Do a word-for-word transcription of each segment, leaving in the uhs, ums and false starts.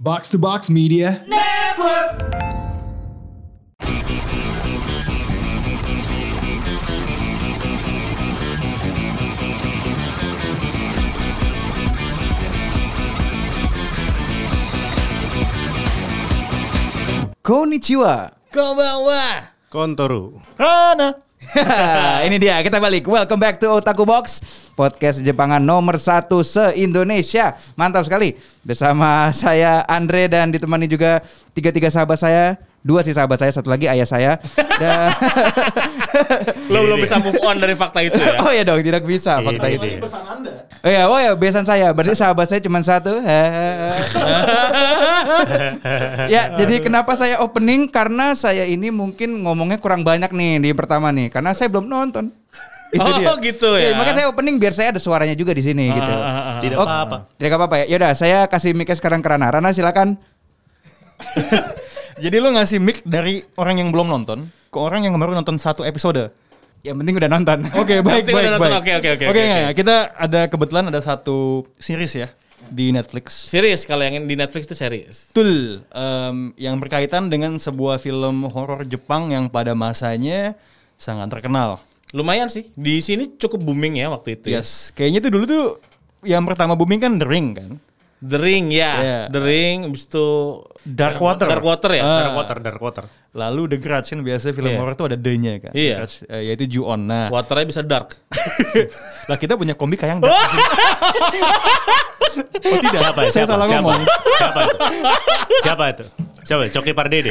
Box to Box Media Network. Konnichiwa. Konbanwa. Kontoru. Hana. Ini dia, kita balik. Welcome back to Otaku Box, podcast Jepangan nomor satu se-Indonesia. Mantap sekali. Bersama saya Andre dan ditemani juga tiga-tiga sahabat saya. Dua sih sahabat saya, satu lagi ayah saya. Dan Lo belum bisa move on dari fakta itu ya? oh ya dong, tidak bisa fakta itu. Ini Pesan Anda. Oh ya, oh ya, besan saya. Berarti sahabat saya cuma satu. Ya, jadi kenapa saya opening? Karena saya ini mungkin ngomongnya kurang banyak nih di pertama nih, karena saya belum nonton. Itu Oh dia. gitu ya. Ya, makanya saya opening biar saya ada suaranya juga di sini gitu. ah, ah. Tidak Oh, apa-apa. Tidak apa-apa ya. Yaudah, saya kasih mic sekarang ke Rana. Rana silakan. Jadi lo ngasih mic dari orang yang belum nonton ke orang yang baru nonton satu episode. Yang penting udah nonton. Oke, baik, Penting baik, udah nonton. baik. Oke, oke, oke, Oke, oke, nggak, oke. ya. Kita ada kebetulan ada satu series ya di Netflix. Series, kalau yang di Netflix itu series. Betul, em, yang berkaitan dengan sebuah film horor Jepang yang pada masanya sangat terkenal. Lumayan sih. Di sini cukup booming ya waktu itu. ya. Yes, kayaknya tuh dulu tuh yang pertama booming kan The Ring kan. The Ring ya. Yeah. The Ring, abis itu Dark Water. Dark Water ya. Ah. Dark water, dark water. Lalu The Grudge kan biasanya film Iya. horor tuh ada D-nya kan. Iya. The Grudge, eh, yaitu Ju-on. Nah, Waternya bisa dark. lah kita punya komik kayak yang dark. Oh tidak, Siapa? saya Siapa? salah Siapa? ngomong. Siapa itu? Siapa itu? Siapa? Coki Pardede.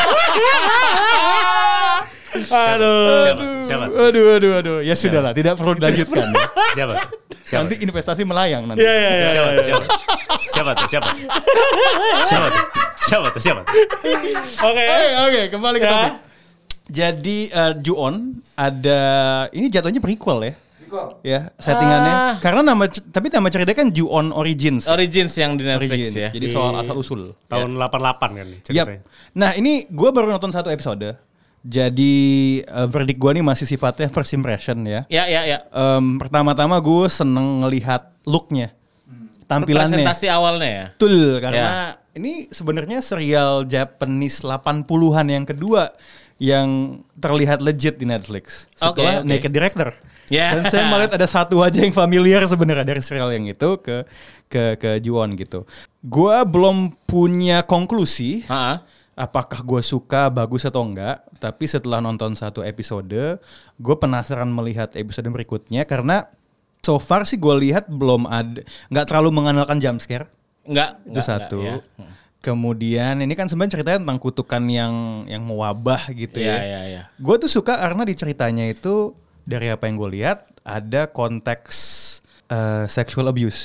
Aduh. Siapa? Siapa? Aduh, aduh, aduh. Ya sudah lah, tidak perlu dilanjutkan. ya. Siapa? Siapa? Nanti investasi melayang nanti. Iya, iya, iya. Siapa tuh? Siapa? Siapa tuh? Siapa? Siapa tuh? Siapa tuh? Siapa? Oke. Oke, oke, kembali ke Ya. topik. Jadi uh, Ju-on ada ini jatuhnya prequel ya. Ya, settingannya. Ah. Karena nama tapi nama ceritanya kan Ju-on Origins. Origins yang di Netflix Origins. ya. Jadi soal asal usul. Tahun delapan puluh delapan kan nih Yap. ceritanya. Nah, ini gue baru nonton satu episode. Jadi uh, verdict gue nih masih sifatnya first impression ya. Ya, ya, ya. Em, pertama-tama gue seneng ngelihat looknya, tampilannya. Presentasi awalnya ya. Betul, karena ini sebenarnya serial Japanese delapan puluhan yang kedua yang terlihat legit di Netflix setelah Oke, oke. Naked Director. Ya. Dan saya melihat ada satu aja yang familiar sebenarnya dari serial yang itu ke ke ke Ju-on gitu. Gua belum punya konklusi Heeh. apakah gue suka bagus atau enggak, tapi setelah nonton satu episode, gue penasaran melihat episode berikutnya karena so far sih gue lihat belum ada, nggak terlalu mengandalkan jump scare. Enggak, Itu enggak, satu. enggak, ya. Kemudian ini kan sebenarnya ceritanya tentang kutukan yang yang mewabah gitu Iya, ya. iya, iya. Gue tuh suka karena di ceritanya itu dari apa yang gue lihat ada konteks uh, sexual abuse.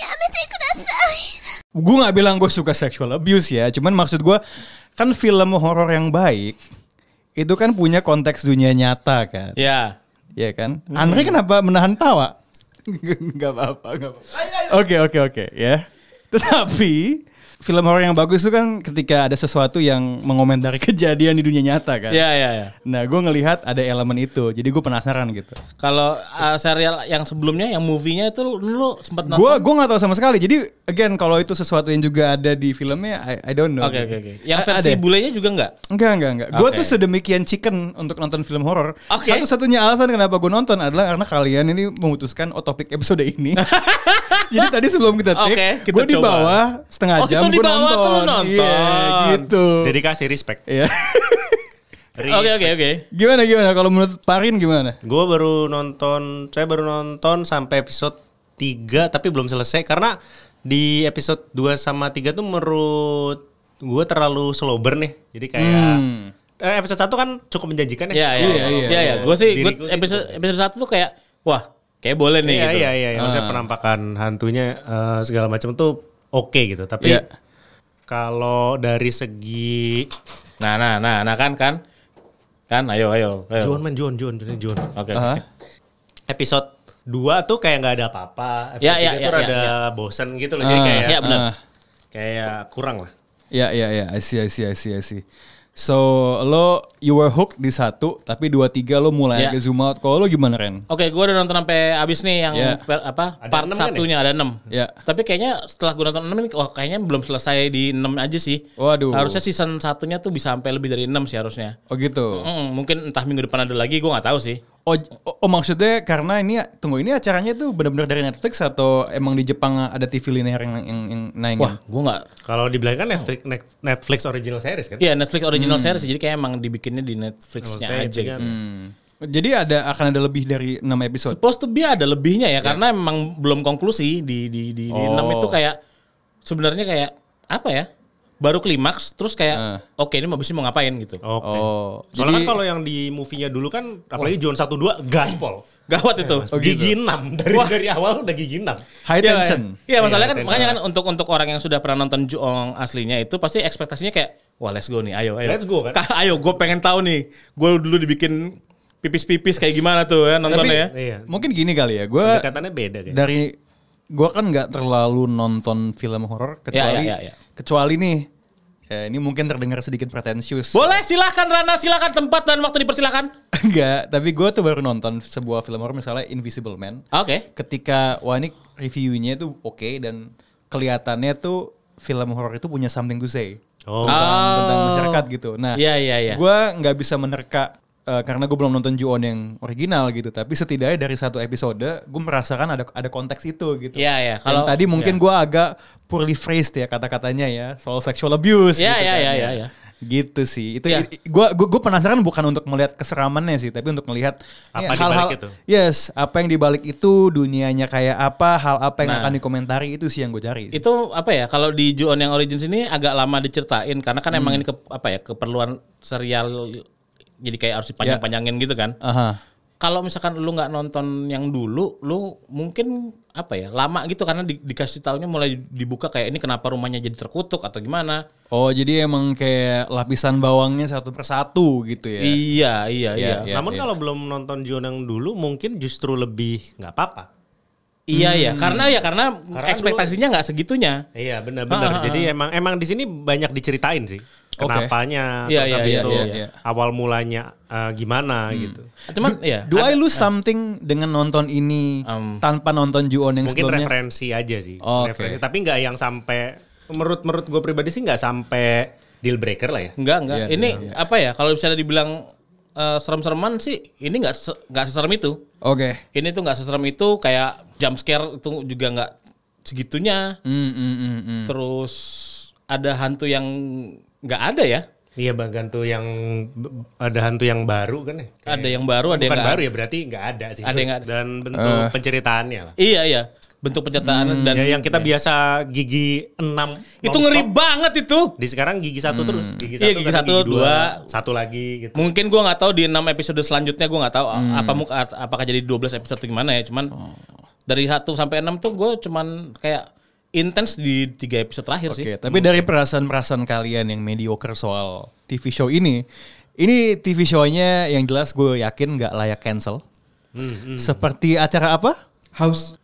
Gue nggak bilang gue suka sexual abuse ya, cuman maksud gue kan film horor yang baik itu kan punya konteks dunia nyata kan, Ya. ya kan? Andre kenapa menahan tawa? Enggak apa-apa, enggak apa-apa. Oke oke oke ya. Tetapi film horor yang bagus itu kan ketika ada sesuatu yang mengomentari kejadian di dunia nyata kan. Ya, ya, ya. Nah gue ngelihat ada elemen itu, jadi gue penasaran gitu. Kalau uh, serial yang sebelumnya, yang movie-nya itu lu, lu sempat nonton? Gue gue nggak tahu sama sekali. Jadi again kalau itu sesuatu yang juga ada di filmnya, I, I don't know. Oke, oke, oke. Yang A- versi ada. bulenya juga enggak? Enggak, enggak, enggak. Gue Oke. tuh sedemikian chicken untuk nonton film horor. Oke. Satu-satunya alasan kenapa gue nonton adalah karena kalian ini memutuskan oh topik episode ini. Jadi tadi sebelum kita Oke, take, kita gue di coba. bawah setengah Oh, jam itu di gue bawah nonton. tuh lu nonton. Iya, gitu. Dedikasi, respect. Iya. Oke, oke, oke. Gimana gimana kalau menurut Parin gimana? Gue baru nonton, saya baru nonton sampai episode tiga tapi belum selesai karena di episode dua sama tiga tuh menurut gue terlalu slow burn nih. Jadi kayak Hmm. eh, episode satu kan cukup menjanjikan Iya, ya. iya, Iya, iya. iya. Iya, gue sih, gue Diriku sih episode gitu. episode satu tuh kayak, wah, kayak boleh nih Iya, gitu. iya, iya, iya. Maksudnya Ah. penampakan hantunya eh, segala macam tuh oke gitu. Tapi Iya. kalau dari segi Nah, nah, nah, nah kan, kan, kan, ayo, ayo, ayo. John man, John, John, John, John. Oke. Aha. Episode dua tuh kayak nggak ada apa-apa. Ya, Episode ya, tiga ya, tuh ya, rada ya. bosan gitu loh. Jadi Ah, kayak Ya, benar. ah. kayak kurang lah. Ya, ya, ya. I see, I see, I see, I see. So lo you were hooked di satu, tapi dua tiga lo mulai Yeah. agak zoom out. Kalau lo gimana Ren? Oke, gue udah nonton sampai abis nih yang Yeah. per- apa Ada part enam kan satunya ada enam. Yeah. Tapi kayaknya setelah gue nonton enam ini, oh kayaknya belum selesai di enam aja sih. Waduh. Harusnya season satunya tuh bisa sampai lebih dari enam sih harusnya. Oh gitu. Mm, mungkin entah minggu depan ada lagi, gue nggak tahu sih. Oh, oh, oh, maksudnya karena ini tunggu ini acaranya tuh benar-benar dari Netflix atau emang di Jepang ada T V linear yang yang, yang nayangin? Wah, gue nggak. Kalau dibilang kan Netflix, Netflix original series kan? Iya, Netflix original series, jadi kayak emang dibikinnya di Netflixnya Kalau aja tape gitu. kan. Hmm. Jadi ada akan ada lebih dari enam episode. Supposed to be ada lebihnya ya, karena memang belum konklusi di di di, di Oh. enam itu kayak sebenarnya kayak apa ya? Baru klimaks, terus kayak Eh. oke ini abis ini mau ngapain gitu. Oke. Oh, Soalnya jadi- kan kalau yang di movie-nya dulu kan, apalagi John satu dua gaspol. Gawat itu. Oh, gitu. Gigi enam dari dari awal udah gigi enam. High Iya, tension. Iya, masalahnya kan Iya, makanya kan tension. untuk untuk orang yang sudah pernah nonton Ju-ong aslinya itu pasti ekspektasinya kayak wah let's go nih, ayo ayo. Let's go, kan? Kak, ayo gue pengen tahu nih. Gue dulu dibikin pipis-pipis kayak gimana tuh ya nontonnya ya. Iya. Mungkin gini kali ya, gue Pendekatannya beda kan. dari gue kan nggak terlalu nonton film horor kecuali Ya, ya, ya, ya. kecuali nih, ya, ini mungkin terdengar sedikit pretensius. Boleh silahkan Rana, silahkan tempat dan waktu dipersilakan. Enggak, tapi gue tuh baru nonton sebuah film horor misalnya Invisible Man. Oke. Ketika wah ini reviewnya tuh oke dan kelihatannya tuh film horor itu punya something to say Oh. tentang, Oh. tentang masyarakat gitu. Nah, Iya, iya, iya. gue nggak bisa menerka eh, karena gue belum nonton Ju-on yang original gitu. Tapi setidaknya dari satu episode gue merasakan ada ada konteks itu gitu. Iya, iya. Kalau Kalau- tadi mungkin iya. gue agak poorly phrased ya kata-katanya ya soal sexual abuse. Iya, gitu iya, kan, iya, ya. iya, iya. Gitu sih. Itu Iya. gue gue penasaran bukan untuk melihat keseramannya sih, tapi untuk melihat Apa ya, di hal-hal balik itu? yes, apa yang dibalik itu, dunianya kayak apa, hal apa yang Nah. akan dikomentari itu sih yang gue cari. sih. Itu apa ya? Kalau di Ju-on yang Origins ini agak lama diceritain karena kan emang ini ke, apa ya? Keperluan serial jadi kayak harus dipanjang-panjangin gitu kan. Aha. Kalau misalkan lu nggak nonton yang dulu, lu mungkin apa ya lama gitu karena di- dikasih taunya mulai dibuka kayak ini kenapa rumahnya jadi terkutuk atau gimana? Oh jadi emang kayak lapisan bawangnya satu persatu gitu ya? Iya iya Iya, iya. iya. Namun kalau belum nonton John yang dulu mungkin justru lebih nggak apa-apa. Iya iya karena ya karena, Karena ekspektasinya nggak segitunya. Iya benar-benar. Ah, ah, Jadi emang emang di sini banyak diceritain sih. Oke. Kenapanya, Iya, terus iya, habis iya, itu iya, iya. awal mulanya eh, gimana gitu. Cuman ya. Do I ada- lose something dengan nonton ini Um, tanpa nonton Ju-on yang Mungkin sebelumnya? referensi aja sih. Oh, oke. Referensi. Tapi nggak yang sampai menurut menurut gue pribadi sih nggak sampai deal breaker lah ya. Enggak enggak. Iya, ini iya, apa ya? Kalau misalnya dibilang eh, serem-sereman sih, ini nggak se- nggak seserem itu. Oke. Ini tuh nggak seserem itu, kayak jump scare itu juga nggak segitunya. Hmm, hmm, hmm, hmm. Terus ada hantu yang nggak ada ya? Iya bang, hantu yang ada hantu yang baru kan ya? Kayak- Ada yang baru, ada yang Bukan nggak baru ada. ya berarti nggak ada sih. Ada yang nggak ada. Dan bentuk Eh. penceritaannya lah. Iya iya. Bentuk penceritaan dan Ya yang kita biasa gigi enam. itu nonstop. ngeri banget itu. Di sekarang gigi satu terus, gigi Iya, satu, gigi kadang satu, dua. satu lagi gitu. Mungkin gua nggak tahu di enam episode selanjutnya gua nggak tahu apa mu- apakah jadi dua belas episode atau gimana ya. Cuman dari satu sampai enam tuh gue cuman kayak intens di tiga episode terakhir sih. Oke, tapi dari perasaan-perasaan kalian yang mediocre soal T V show ini, ini T V show-nya yang jelas gue yakin nggak layak cancel. Seperti acara apa? House.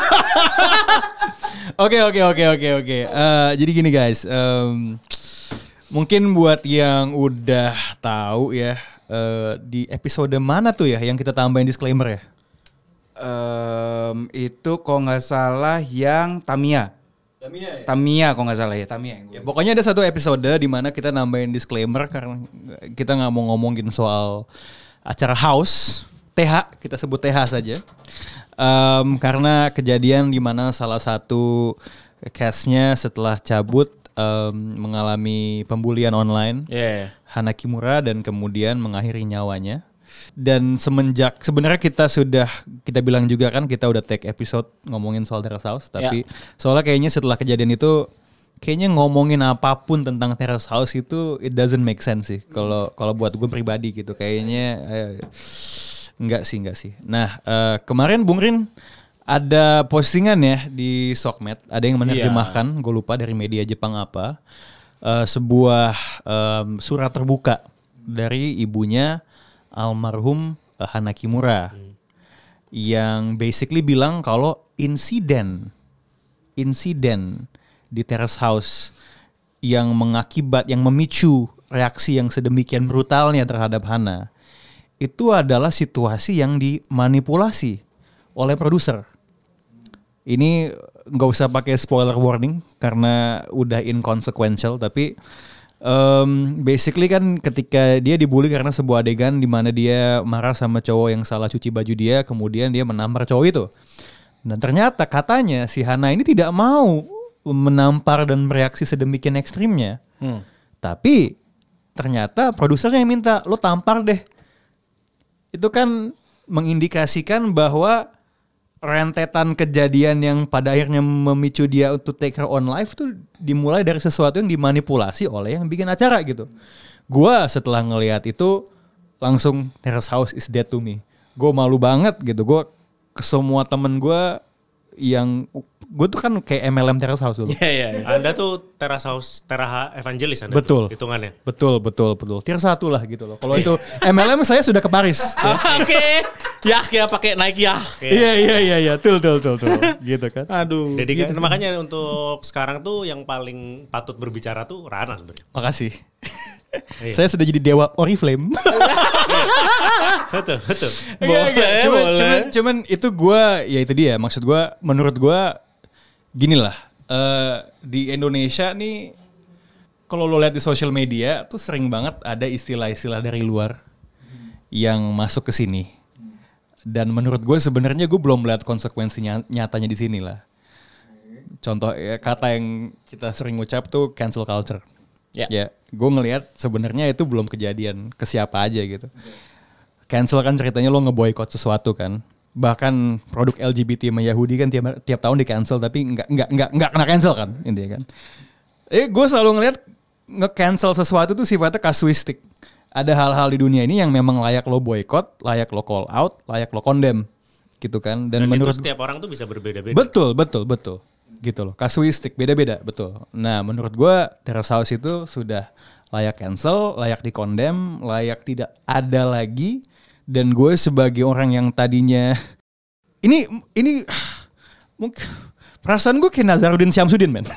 Oke oke oke oke oke. Eh, Jadi gini guys, em, mungkin buat yang udah tahu ya eh, di episode mana tuh ya yang kita tambahin disclaimer ya? Em, itu kalau nggak salah yang Tamiya. Tamiya kalau nggak salah ya Tamiya. yang Ya, gua- pokoknya ada satu episode di mana kita nambahin disclaimer karena kita nggak mau ngomongin soal acara house T H, kita sebut T H saja. Em, karena kejadian di mana salah satu cast-nya setelah cabut em, mengalami pembulian online, Iya. Hana Kimura, dan kemudian mengakhiri nyawanya. Dan semenjak sebenarnya kita sudah kita bilang juga kan kita udah take episode ngomongin soal Terrace House, tapi soalnya kayaknya setelah kejadian itu kayaknya ngomongin apapun tentang Terrace House itu it doesn't make sense sih kalau kalau buat gue pribadi gitu kayaknya eh, enggak sih enggak sih. Nah eh, kemarin Bung Rin ada postingan ya di Sokmed, ada yang menerjemahkan, gue lupa dari media Jepang apa, eh, sebuah em, surat terbuka dari ibunya almarhum eh, Hana Kimura yang basically bilang kalau insiden insiden di Terrace House yang mengakibat yang memicu reaksi yang sedemikian brutalnya terhadap Hana itu adalah situasi yang dimanipulasi oleh produser. Ini nggak usah pakai spoiler warning karena udah inconsequential, tapi um, basically kan ketika dia dibully karena sebuah adegan di mana dia marah sama cowok yang salah cuci baju dia, kemudian dia menampar cowok itu. Dan ternyata katanya si Hana ini tidak mau menampar dan bereaksi sedemikian ekstrimnya. Hmm. Tapi ternyata produsernya yang minta, lo tampar deh. Itu kan mengindikasikan bahwa rentetan kejadian yang pada akhirnya memicu dia untuk take her own life tuh dimulai dari sesuatu yang dimanipulasi oleh yang bikin acara gitu. Gua setelah ngelihat itu langsung Terrace House is dead to me. Gue malu banget gitu. Gue ke semua temen gue yang gue tuh kan kayak M L M Terrace House dulu. Iya iya. Anda tuh Terrace House Teraha Evangelis Anda. Betul. Tuh, hitungannya. Betul betul betul. Tier satu lah gitu loh. Kalau itu M L M saya sudah ke Paris. Oke. Ya ya pakai Nike ya. Iya iya iya iya. Tuh tuh tuh tuh. Gitu kan. Aduh. Jadi gitu. Makanya untuk sekarang tuh yang paling patut berbicara tuh Rana sebenarnya. Makasih. Iya. Saya sudah jadi dewa Oriflame. Betul betul. Boleh, Boleh, cuman, boleh. cuman, cuman itu gue, ya itu dia. Maksud gue, menurut gue, gini lah. Uh, di Indonesia nih, kalau lo lihat di social media, tuh sering banget ada istilah-istilah dari luar yang masuk ke sini. Dan menurut gue sebenarnya gue belum melihat konsekuensi nyatanya di sini lah. Contoh ya, kata yang kita sering ucap tuh cancel culture. Ya. Ya, gue ngelihat sebenarnya itu belum kejadian ke siapa aja gitu. Cancel kan ceritanya lo ngeboikot sesuatu kan. Bahkan produk L G B T sama Yahudi kan tiap tiap tahun di cancel tapi nggak nggak nggak nggak kena cancel kan intinya kan. Eh gue selalu ngelihat nge-cancel sesuatu tuh sifatnya kasuistik. Ada hal-hal di dunia ini yang memang layak lo boikot, layak lo call out, layak lo condemn gitu kan. Dan, Dan menurut itu setiap orang tuh bisa berbeda-beda. Betul, betul, betul. Gitu loh. Kasuistik beda-beda, betul. Nah, menurut gue Terrace House itu sudah layak cancel, layak di-condemn, layak tidak ada lagi. Dan gue sebagai orang yang tadinya ini ini mungkin perasaan gue kayak Nazarudin Syamsuddin, men.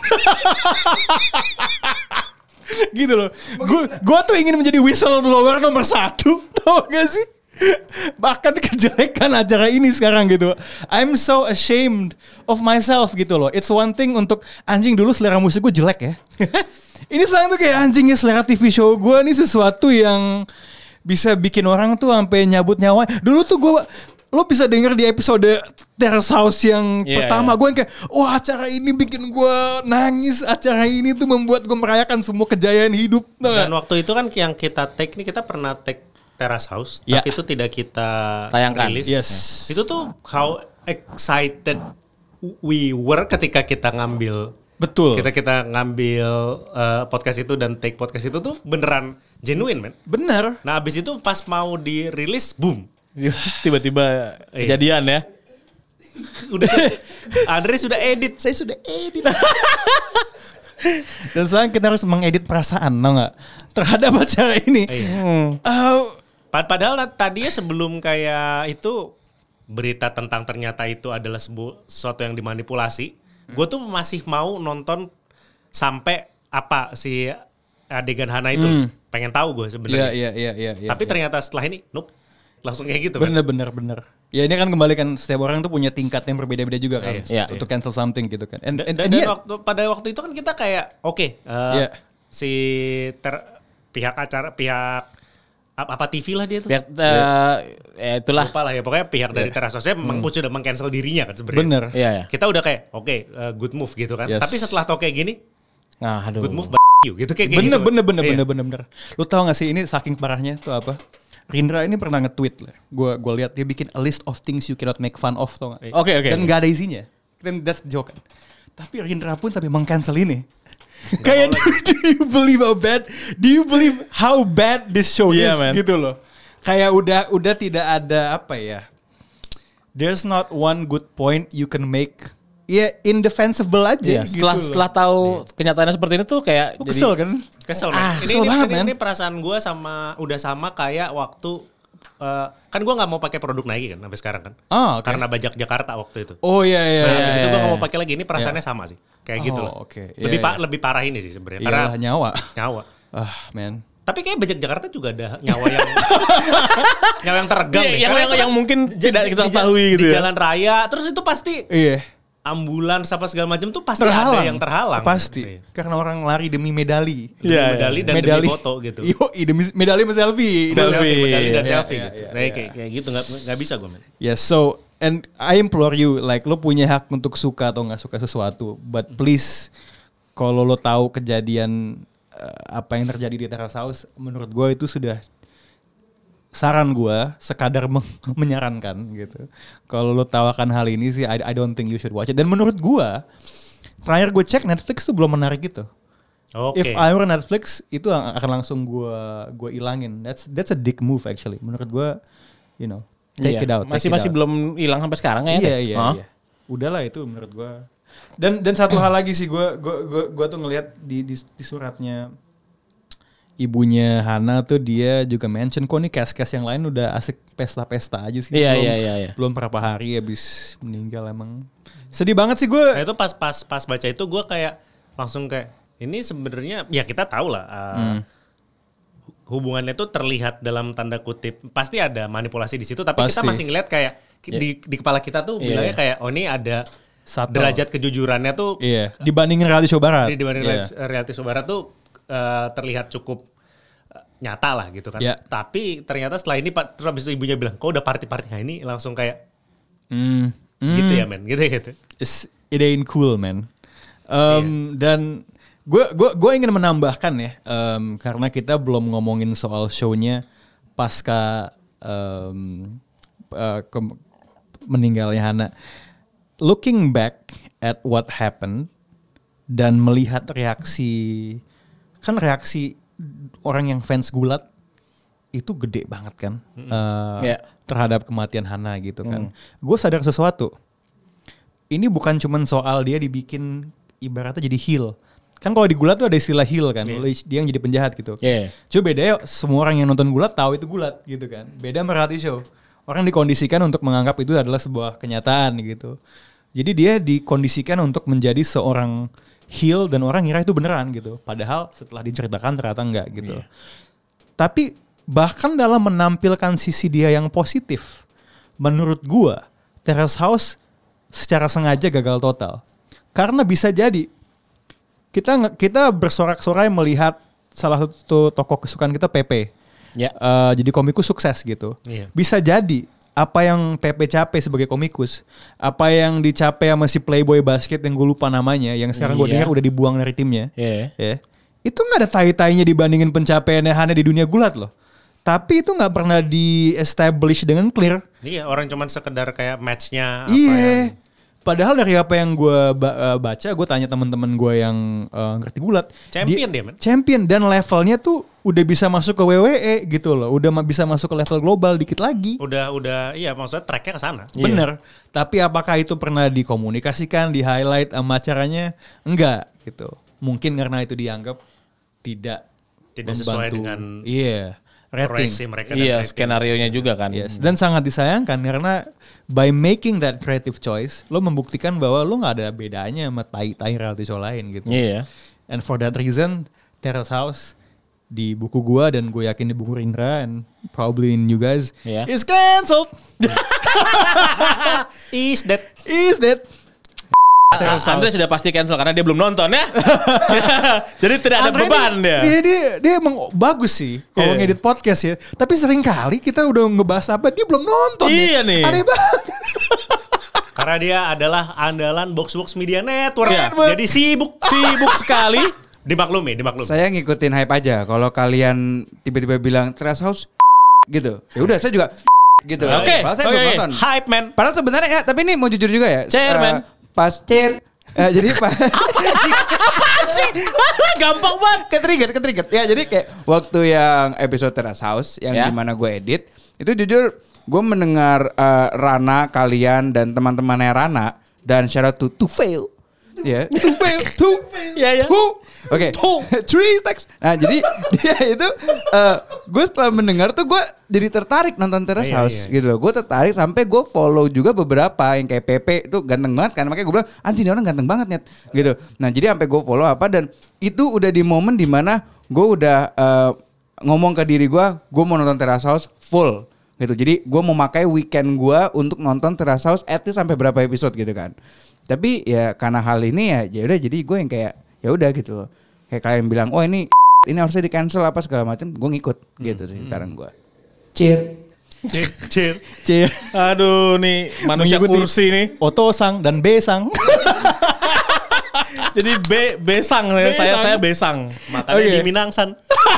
Gitu loh. Gue gue tuh ingin menjadi whistleblower nomor satu, tau gak sih? Bahkan kejelekan acara ini sekarang gitu. I'm so ashamed of myself gitu loh. It's one thing untuk anjing dulu selera musik gue jelek ya. Ini sekarang tuh kayak anjingnya selera T V show gue nih sesuatu yang bisa bikin orang tuh sampai nyabut nyawa. Dulu tuh gue, lo bisa denger di episode Terrace House yang yeah, pertama yeah. gue yang kayak, wah acara ini bikin gue nangis. Acara ini tuh membuat gue merayakan semua kejayaan hidup. Dan waktu itu kan yang kita take nih kita pernah take Terrace House, Ya. tapi itu tidak kita Tayangkan. rilis. Yes. Itu tuh how excited we were ketika kita ngambil. Betul. Kita kita ngambil uh, podcast itu dan take podcast itu tuh beneran genuine, men. Bener. Nah, abis itu pas mau dirilis, boom. Tiba-tiba Iya. kejadian ya. Udah Andre sudah edit, saya sudah edit. Dan sekarang kita harus mengedit perasaan, tau gak? Terhadap acara ini. Iya. Uh, Pad- Padahal tadinya sebelum kayak itu berita tentang ternyata itu adalah sebu- sesuatu yang dimanipulasi, gue tuh masih mau nonton sampai apa si adegan Hana itu. Hmm. Pengen tahu gue Iya, sebenarnya. iya, iya, iya. Tapi iya. ternyata setelah ini, nope, langsung kayak gitu. kan. Bener, bener, bener. Ya ini kan kembali kan setiap orang tuh punya tingkat yang berbeda-beda juga kan. Iya. Untuk cancel something gitu kan. And, Dan, and, dan, and dan yeah. waktu, pada waktu itu kan kita kayak, oke, okay, Iya. si ter- pihak acara, pihak apa, apa T V lah dia tuh. Pihak, eh, ya itulah. Lupa lah ya, pokoknya pihak dari Terrace House memang sudah meng-cancel dirinya kan sebenarnya. Bener. Iya ya. Kita udah kayak, oke, okay, uh, good move gitu kan. Yes. Tapi setelah tau kayak gini, Nah, aduh. good move, b*** you gitu kayak kayak Bener, gitu. bener, bener, Iya. bener, bener, bener. Lu tau gak sih ini saking parahnya tuh apa? Rindra ini pernah nge-tweet lah. Gue gue lihat dia bikin a list of things you cannot make fun of, tau gak? Oke, oke, Dan oke. gak ada isinya. Dan that's the joke kan. Tapi Rindra pun sampai meng-cancel ini. Kayak do, do you believe how bad? Do you believe how bad this show Iya, is? man. Gitu loh. Kayak udah udah tidak ada apa ya. There's not one good point you can make. Ya indefensible aja Iya, gitu setelah loh. setelah tahu kenyataannya seperti ini tuh kayak Lu kesel kan? Kesel, Ah, man. Ini, kesel ini, banget, ini, man. ini perasaan gue sama, udah sama kayak waktu, uh, kan gue gak mau pakai produk Nike kan sampai sekarang kan. Oh, oke. Karena bajak Jakarta waktu itu. Oh iya iya. Nah, iya, habis itu iya, gue gak iya. mau pakai lagi. Ini perasaannya sama sih. Kayak Oh, gitu loh. oke. Iya, Lebih, pa- iya. lebih parah ini sih sebenarnya. Iyalah, Karena nyawa. nyawa. Ah, man. Tapi kayak Bajak Jakarta juga ada nyawa yang nyawa yang teregang. Iya, deh. yang Karena yang, itu yang kan mungkin j- tidak kita di, ketahui di gitu ya. jalan raya, terus itu pasti Iya. ambulans apa segala macam tuh pasti Terhalang. ada yang terhalang. Pasti. Iya. Karena orang lari demi medali. Demi Iya, medali dan medali demi foto gitu. Yo, demi medali sama selfie. Selfie. medali dan Iya, selfie iya, gitu. iya, Nah, iya. kayak kayak gitu nggak nggak bisa gue men. Yeah, so and I implore you, like lo punya hak untuk suka atau nggak suka sesuatu, but please kalau lo tahu kejadian uh, apa yang terjadi di Terrace House, menurut gue itu sudah saran gue sekadar men- menyarankan gitu. Kalau lo tahu akan hal ini sih, I, I don't think you should watch it. Dan menurut gue, terakhir gue cek Netflix tuh belum menarik gitu. Oke. If I were Netflix, itu akan langsung gue gue ilangin. That's that's a dick move actually. Menurut gue, you know. Take Iya. it out. take Masih it masih out. belum hilang sampai sekarang ya? Iya iya Hah? iya. Udahlah itu menurut gua. Dan dan satu hal lagi sih gua gua gua, gua tuh ngelihat di, di di suratnya ibunya Hana tuh dia juga mention kok nih cast-cast yang lain udah asik pesta-pesta aja sih. Iya, belum, iya, iya, iya. Belum berapa hari habis meninggal emang. Sedih banget sih gua. Nah itu pas pas pas baca itu gue kayak langsung kayak ini sebenarnya ya kita tahu lah uh, Hmm. hubungannya itu terlihat dalam tanda kutip pasti ada manipulasi di situ tapi kita Pasti. masih ngeliat kayak ki- di di kepala kita tuh Iya, bilangnya iya. kayak oh ini ada Subtle. derajat kejujurannya tuh Iya, dibandingin reality show barat. di dibanding Iya. reality- reality show barat tuh uh, terlihat cukup uh, nyata lah gitu kan. Iya. Tapi ternyata setelah ini Pak terus habis itu ibunya bilang kok udah party-party nah ini langsung kayak Hmm. gitu Hmm. ya men gitu gitu. It's, it ain't cool man. Um, Dan gue gue gue ingin menambahkan ya um, karena kita belum ngomongin soal show-nya pasca um, uh, ke- meninggalnya Hana. Looking back at what happened dan melihat reaksi kan reaksi orang yang fans gulat itu gede banget kan uh, Yeah. terhadap kematian Hana gitu kan. Gue sadar sesuatu. Ini bukan cuman soal dia dibikin ibaratnya jadi heel. Kan kalau di gulat tuh ada istilah heel kan. Yeah. Lo dia yang jadi penjahat gitu. Iya. Coba beda ya semua orang yang nonton gulat tahu itu gulat gitu kan. Beda sama reality show. Orang dikondisikan untuk menganggap itu adalah sebuah kenyataan gitu. Jadi dia dikondisikan untuk menjadi seorang heel dan orang ngira itu beneran gitu. Padahal setelah diceritakan ternyata enggak gitu. Iya. Tapi bahkan dalam menampilkan sisi dia yang positif, menurut gua Terrace House secara sengaja gagal total. Karena bisa jadi kita nge- kita bersorak-sorai melihat salah satu tokoh kesukaan kita Pepe. Ya. Eh, jadi komikus sukses gitu. Iya. Bisa jadi apa yang Pepe capai sebagai komikus, apa yang dicapai sama si playboy basket yang gue lupa namanya, yang sekarang gue Iya. dengar udah dibuang dari timnya. Iya. Ya. Itu nggak ada tai-tainya dibandingin pencapaiannya Hana di dunia gulat loh. Tapi itu nggak pernah di-establish dengan clear. Iya orang cuman sekedar kayak matchnya apa Iya. yang Padahal dari apa yang gue ba- uh, baca, gue tanya teman-teman gue yang uh, ngerti gulat. Champion dia, men. Champion dan levelnya tuh udah bisa masuk ke W W E gitu loh. Udah ma- bisa masuk ke level global dikit lagi. udah udah iya maksudnya tracknya ke sana. Iya. Bener. Tapi apakah itu pernah dikomunikasikan, di highlight sama acaranya? Enggak gitu. Mungkin karena itu dianggap tidak Tidak sesuai membantu. dengan Iya. Rating. proyeksi mereka dan Iya, rating. skenario-nya juga kan. Yes. Dan sangat disayangkan karena by making that creative choice, lo membuktikan bahwa lo nggak ada bedanya sama tai-tai reality show lain gitu. Iya. And for that reason, Terrace House di buku gua dan gue yakin di buku Rindra and probably in you guys Iya. is cancelled. Is that Is that? Ah, Andre sudah pasti cancel karena dia belum nonton ya. Jadi tidak ada Andre beban nih, dia. Dia dia dia emang bagus sih kalau Iya. ngedit podcast ya. Tapi sering kali kita udah ngebahas apa dia belum nonton. Iya nih. Aneh banget. karena dia adalah andalan Box Box Media Network. Iya. Jadi sibuk Sibuk sekali. dimaklumi, dimaklumi. Saya ngikutin hype aja. Kalau kalian tiba-tiba bilang Terrace House gitu, ya udah saya juga gitu. Oke, Padahal saya oke. belum nonton. Hype man. Padahal sebenarnya ya, tapi ini mau jujur juga ya. Chairman. eh, pas chair. eh, jadi pas Gampang banget. ketrigger, ketrigger. Ya jadi kayak waktu yang episode Terrace House yang Ya. dimana gue edit, itu jujur gue mendengar eh, Rana, kalian dan teman-temannya Rana dan shout out to to fail. Ya, to fail, to Ya, ya. Who? Oke, three text. Nah jadi dia itu, eh, gue setelah mendengar tuh gue jadi tertarik nonton Terrace Iya, House iya. gitu loh. Gue tertarik sampai gue follow juga beberapa yang kayak Pepe itu ganteng banget kan. Makanya gue bilang anjing ini orang ganteng banget Nyet gitu. Nah jadi sampai gue follow apa dan itu udah di momen dimana gue udah eh, ngomong ke diri gue, gue mau nonton Terrace House full gitu. Jadi gue mau pakai weekend gue untuk nonton Terrace House at least sampai berapa episode gitu kan. Tapi ya karena hal ini ya, ya udah jadi gue yang kayak ya udah gitu loh. Kayak kalian bilang, oh ini ini harusnya di cancel apa segala macam, gue ngikut gitu sih sekarang gue. Cheer. Cir. Cir. Aduh nih manusia Mengikuti kursi nih. Otosang dan Besang. Jadi be besang, besang. saya saya besang. Makanya Okay. di Minangsan.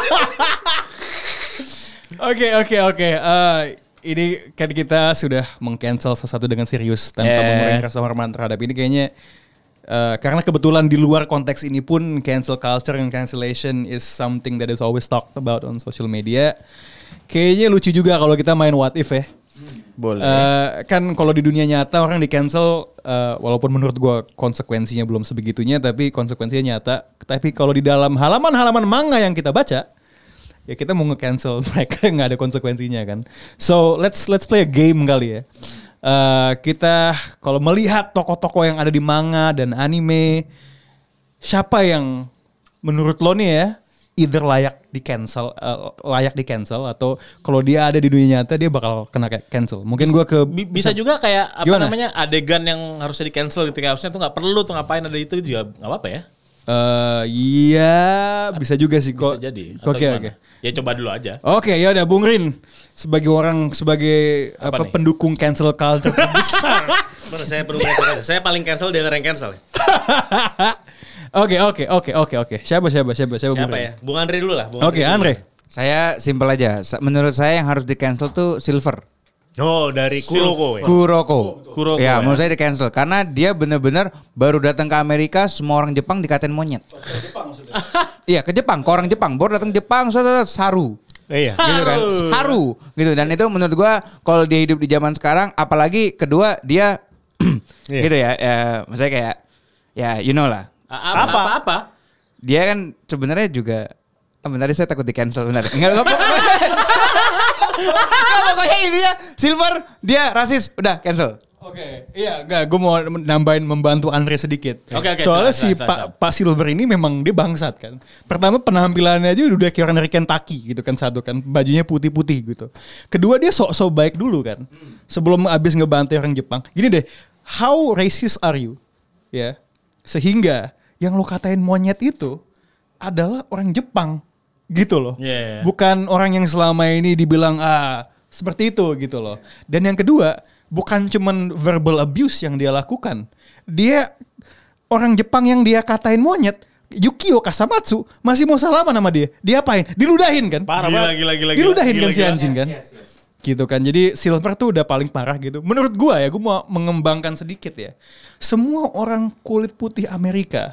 Oke oke oke. Eh, Ini kan kita sudah meng-cancel sesuatu dengan serius tanpa Eh. mengurangi rasa hormat terhadap ini kayaknya. Uh, karena kebetulan di luar konteks ini pun cancel culture and cancellation is something that is always talked about on social media. Kayaknya lucu juga kalau kita main what if ya. Boleh. Uh, kan kalau di dunia nyata orang di cancel uh, walaupun menurut gue konsekuensinya belum sebegitunya tapi konsekuensinya nyata. Tapi kalau di dalam halaman-halaman manga yang kita baca ya kita mau nge-cancel mereka nggak ada konsekuensinya kan. So let's let's play a game kali ya. Uh, kita kalau melihat tokoh-tokoh yang ada di manga dan anime, siapa yang menurut lo nih ya either layak di cancel, uh, layak di cancel atau kalau dia ada di dunia nyata dia bakal kena cancel. Mungkin gue ke Bi- bisa juga kayak apa Gimana? namanya adegan yang harusnya di cancel gitu kayak harusnya tuh nggak perlu tuh ngapain ada itu juga nggak apa-apa ya. Uh, iya bisa juga sih kok. Bisa jadi. Atau Oke gimana? oke. Ya coba dulu aja. Oke ya udah Bung Rin sebagai orang sebagai Apa apa, nih? pendukung cancel culture terbesar. Bener, saya perlu cancel. Saya paling cancel di antara yang cancel. Oke oke oke oke oke. Siapa siapa siapa siapa Bung Siapa Rin? ya? Bung Andre dulu lah. Bung Oke dulu. Andre. Saya simpel aja. Sa- Menurut saya yang harus di cancel tuh Silver. Oh dari Kuroko ya. Kuroko. Kuroko, ya, ya. menurut saya di cancel karena dia benar-benar baru datang ke Amerika semua orang Jepang dikatain monyet. Iya ke Jepang, ke orang Jepang baru datang Jepang saudara saru. Iya. Gitu kan, saru gitu dan itu menurut gua kalau dia hidup di zaman sekarang, apalagi kedua dia Iya. gitu ya, ya, maksudnya kayak ya you know lah, A- apa? Apa? Apa? dia kan sebenarnya juga, ah, bentar saya takut di cancel bentar, enggak enggak Nggak, pokoknya intinya Silver dia rasis udah cancel. Oke, iya, enggak, gue mau nambahin membantu Andre sedikit. Oke, oke, Soalnya silakan, si silakan, Pak silakan. Pak Silver ini memang dia bangsat kan. Pertama penampilannya aja udah kayak orang dari Kentucky gitu kan satu kan, bajunya putih-putih gitu. Kedua dia sok-sok baik dulu kan, sebelum abis ngebantai orang Jepang. Gini deh, how racist are you? Ya, sehingga yang lo katain monyet itu adalah orang Jepang gitu loh. Yeah. Bukan orang yang selama ini dibilang ah seperti itu gitu loh. Dan yang kedua, bukan cuman verbal abuse yang dia lakukan. Dia orang Jepang yang dia katain monyet, Yukio Kasamatsu masih mau salaman sama dia. Dia apain? Diludahin kan? Parah Gila, banget. gila, gila, Diludahin gila, kan si gila. anjing kan? Gitu kan. Jadi Silver tuh udah paling parah gitu. Menurut gua ya, gua mau mengembangkan sedikit ya. Semua orang kulit putih Amerika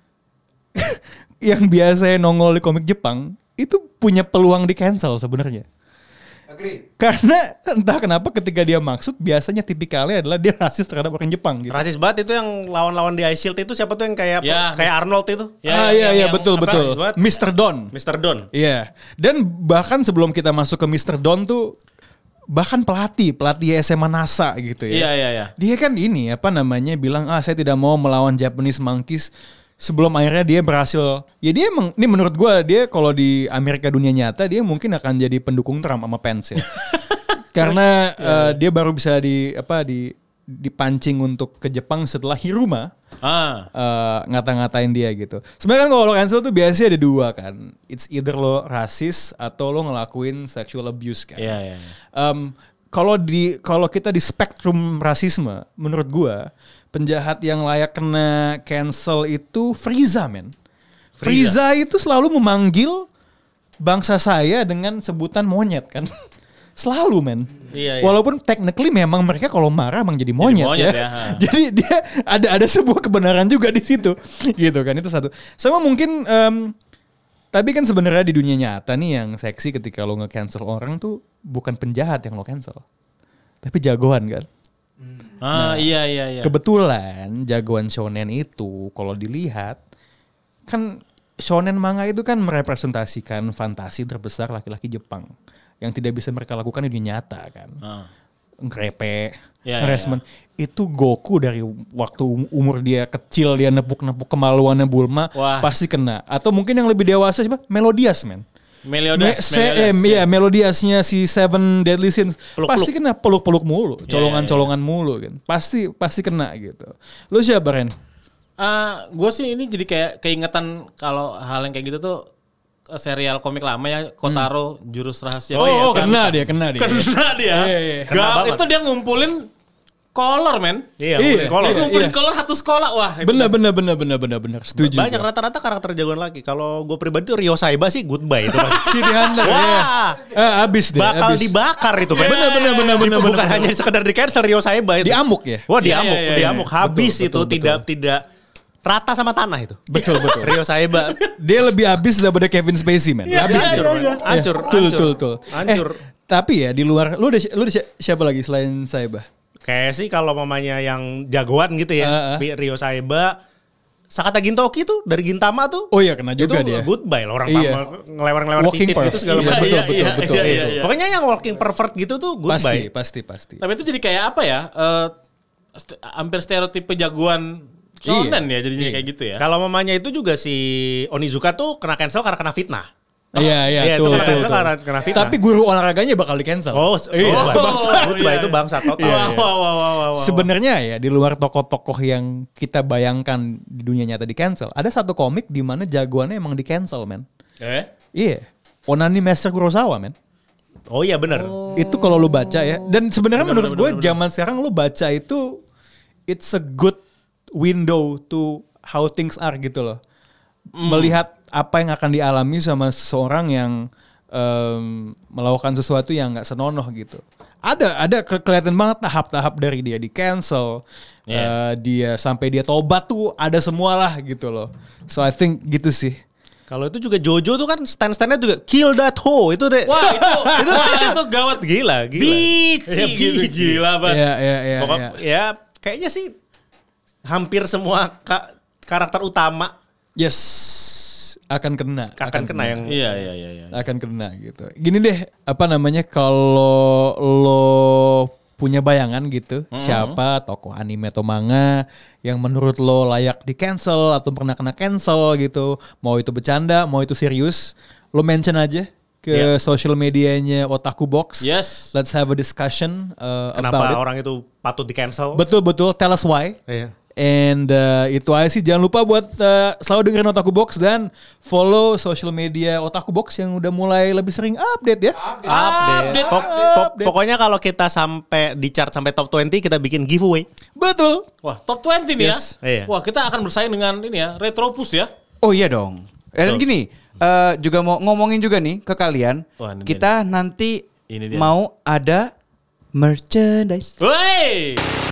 yang biasanya nongol di komik Jepang itu punya peluang di cancel sebenarnya. Karena entah kenapa ketika dia maksud biasanya tipikalnya adalah dia rasis terhadap orang Jepang gitu. Rasis banget itu yang lawan-lawan di Ice Shield itu siapa tuh yang kayak Ya, kayak Arnold itu? Ya, ah yang- iya iya yang- betul apa, betul. rasis banget. mister Don. mister Don. Iya. Dan bahkan sebelum kita masuk ke mister Don tuh bahkan pelatih, pelatih S M A NASA gitu ya. Iya, iya, iya. Dia kan ini apa namanya bilang ah saya tidak mau melawan Japanese Monkeys sebelum akhirnya dia berhasil. Ya dia emang ini menurut gua dia kalau di Amerika dunia nyata dia mungkin akan jadi pendukung Trump sama Pence ya. Karena eh, dia baru bisa di apa di dipancing untuk ke Jepang setelah Hiruma Ah. eh, ngata-ngatain dia gitu. Sebenarnya kan kalau lo cancel tuh biasanya ada dua kan. It's either lo rasis atau lo ngelakuin sexual abuse kan. Iya, iya. iya. Em, kalau di kalau kita di spektrum rasisme, menurut gua penjahat yang layak kena cancel itu Frieza, men. Frieza, itu selalu memanggil bangsa saya dengan sebutan monyet kan. Selalu, men. Iya, iya. Walaupun technically memang mereka kalau marah emang jadi monyet, monyet ya, ya. ha. Jadi dia ada ada sebuah kebenaran juga di situ, gitu kan. Itu satu. Sama mungkin em, tapi kan sebenarnya di dunia nyata nih yang seksi ketika lo nge-cancel orang tuh bukan penjahat yang lo cancel. Tapi jagoan kan. Ah, iya, iya, iya. Kebetulan jagoan shonen itu kalau dilihat kan shonen manga itu kan merepresentasikan fantasi terbesar laki-laki Jepang yang tidak bisa mereka lakukan di dunia nyata kan. Ah. Ngrepe, Ya, harassment. Itu Goku dari waktu um- umur dia kecil dia nepuk-nepuk kemaluannya Bulma Wah. pasti kena. Atau mungkin yang lebih dewasa siapa? Melodias, men. Meliodas, Me- se- eh, Meliodas, iya, Melodiasnya si Seven Deadly Sins. Peluk-peluk. Pasti kena peluk-peluk mulu, Iya, colongan-colongan mulu kan. Pasti pasti kena gitu. Lu siapa Ren? Uh, gue sih ini jadi kayak keingetan kalau hal yang kayak gitu tuh uh, serial komik lama ya Kotaro Jurus Rahasia. Oh, iya, oh kan? kena dia, kena dia. Kena dia. Iya, iya. Gak, Kena banget. itu dia ngumpulin kolor men. Iya, Iya, kolor. Dia ngumpulin iya. kolor satu sekolah. Wah itu Bener kan. bener bener bener bener bener. Setuju. Banyak gua. rata-rata karakter jagoan lagi. Kalau gue pribadi tuh Rio Saiba sih goodbye itu. City Hunter. Wah. Iya. Eh, abis deh. Bakal abis. dibakar itu. Men. Bener bener bener bener Bukan bener. hanya sekedar di cancel Rio Saiba itu. Diamuk ya. Wah Iya, diamuk, iya, iya. diamuk. Habis Betul, itu betul, tidak tidak rata sama tanah itu. Betul betul. Rio Saiba. Dia lebih abis daripada Kevin Spacey man. Iya, Abis iya, tuh. iya, iya. Hancur, Betul hancur. betul betul. Hancur. Eh, tapi ya di luar lu udah lu udah si- siapa lagi selain Saiba? Kayak sih kalau mamanya yang jagoan gitu Uh, ya. uh. Rio Saiba. Sakata Gintoki tuh dari Gintama tuh. Oh iya kena juga itu dia. goodbye loh orang Iya. pama ngelewar-ngelewar Walking titit perf. gitu segala Iya, macam. betul, Iya, betul, iya, betul, iya, betul. iya, iya. Pokoknya yang walking pervert gitu tuh Pasti, goodbye. pasti, pasti. Tapi itu jadi kayak apa ya? Eh, st- hampir stereotipe jagoan shonen ya jadinya kayak gitu ya. Kalau mamanya itu juga si Onizuka tuh kena cancel karena kena fitnah. Iya, iya, Iya, itu tuh, kena tuh, cancel tuh. karena kena fitnah. Tapi guru olahraganya bakal di-cancel. Oh, s- iya. Oh, bangsa. iya, Goodbye iya. itu bangsa total. Iya, Wah, wah, wah, wah, wah, wah. Sebenarnya ya di luar tokoh-tokoh yang kita bayangkan di dunia nyata di-cancel, ada satu komik di mana jagoannya emang di-cancel, men. Eh? Iya. Onani Master Kurosawa, men. Oh iya benar. Itu kalau lu baca ya. Dan sebenarnya Bener, menurut bener, gue bener, zaman sekarang lu baca itu it's a good window to how things are gitu loh. Melihat apa yang akan dialami sama seseorang yang em, melakukan sesuatu yang nggak senonoh gitu. Ada ada ke- kelihatan banget tahap-tahap dari dia di cancel, Yeah. eh, dia sampai dia tobat tuh ada semua lah gitu loh. So I think gitu sih. Kalau itu juga Jojo tuh kan stand-standnya juga kill that hoe itu deh. Wah itu itu, itu gawat. Gila, gila. Bici Ya, gitu bici. gila banget. Iya iya iya. Pokok iya. ya kayaknya sih hampir semua ka- karakter utama Yes, akan kena. akan kena yang Iya iya iya. iya. akan kena gitu. Gini deh, apa namanya kalau lo punya bayangan gitu, siapa tokoh anime atau manga yang menurut lo layak di cancel atau pernah kena cancel gitu, mau itu bercanda, mau itu serius, lo mention aja ke Yeah. social medianya Otaku Box. Yes. Let's have a discussion uh, kenapa about it. orang itu patut di cancel. Betul betul, tell us why. Iya. And uh, itu aja sih, jangan lupa buat uh, selalu dengerin Otaku Box dan follow social media Otaku Box yang udah mulai lebih sering update ya. Update. Pok- pok- pokoknya kalau kita sampai di chart sampai top dua puluh kita bikin giveaway. Betul. Wah top dua puluh nih Yes. ya. Iya. Wah kita akan bersaing dengan ini ya Retropus ya. Oh iya dong. Dan Betul. gini, eh, juga mau ngomongin juga nih ke kalian. Wah, ini Kita nanti Ini dia. mau ada merchandise. Woi.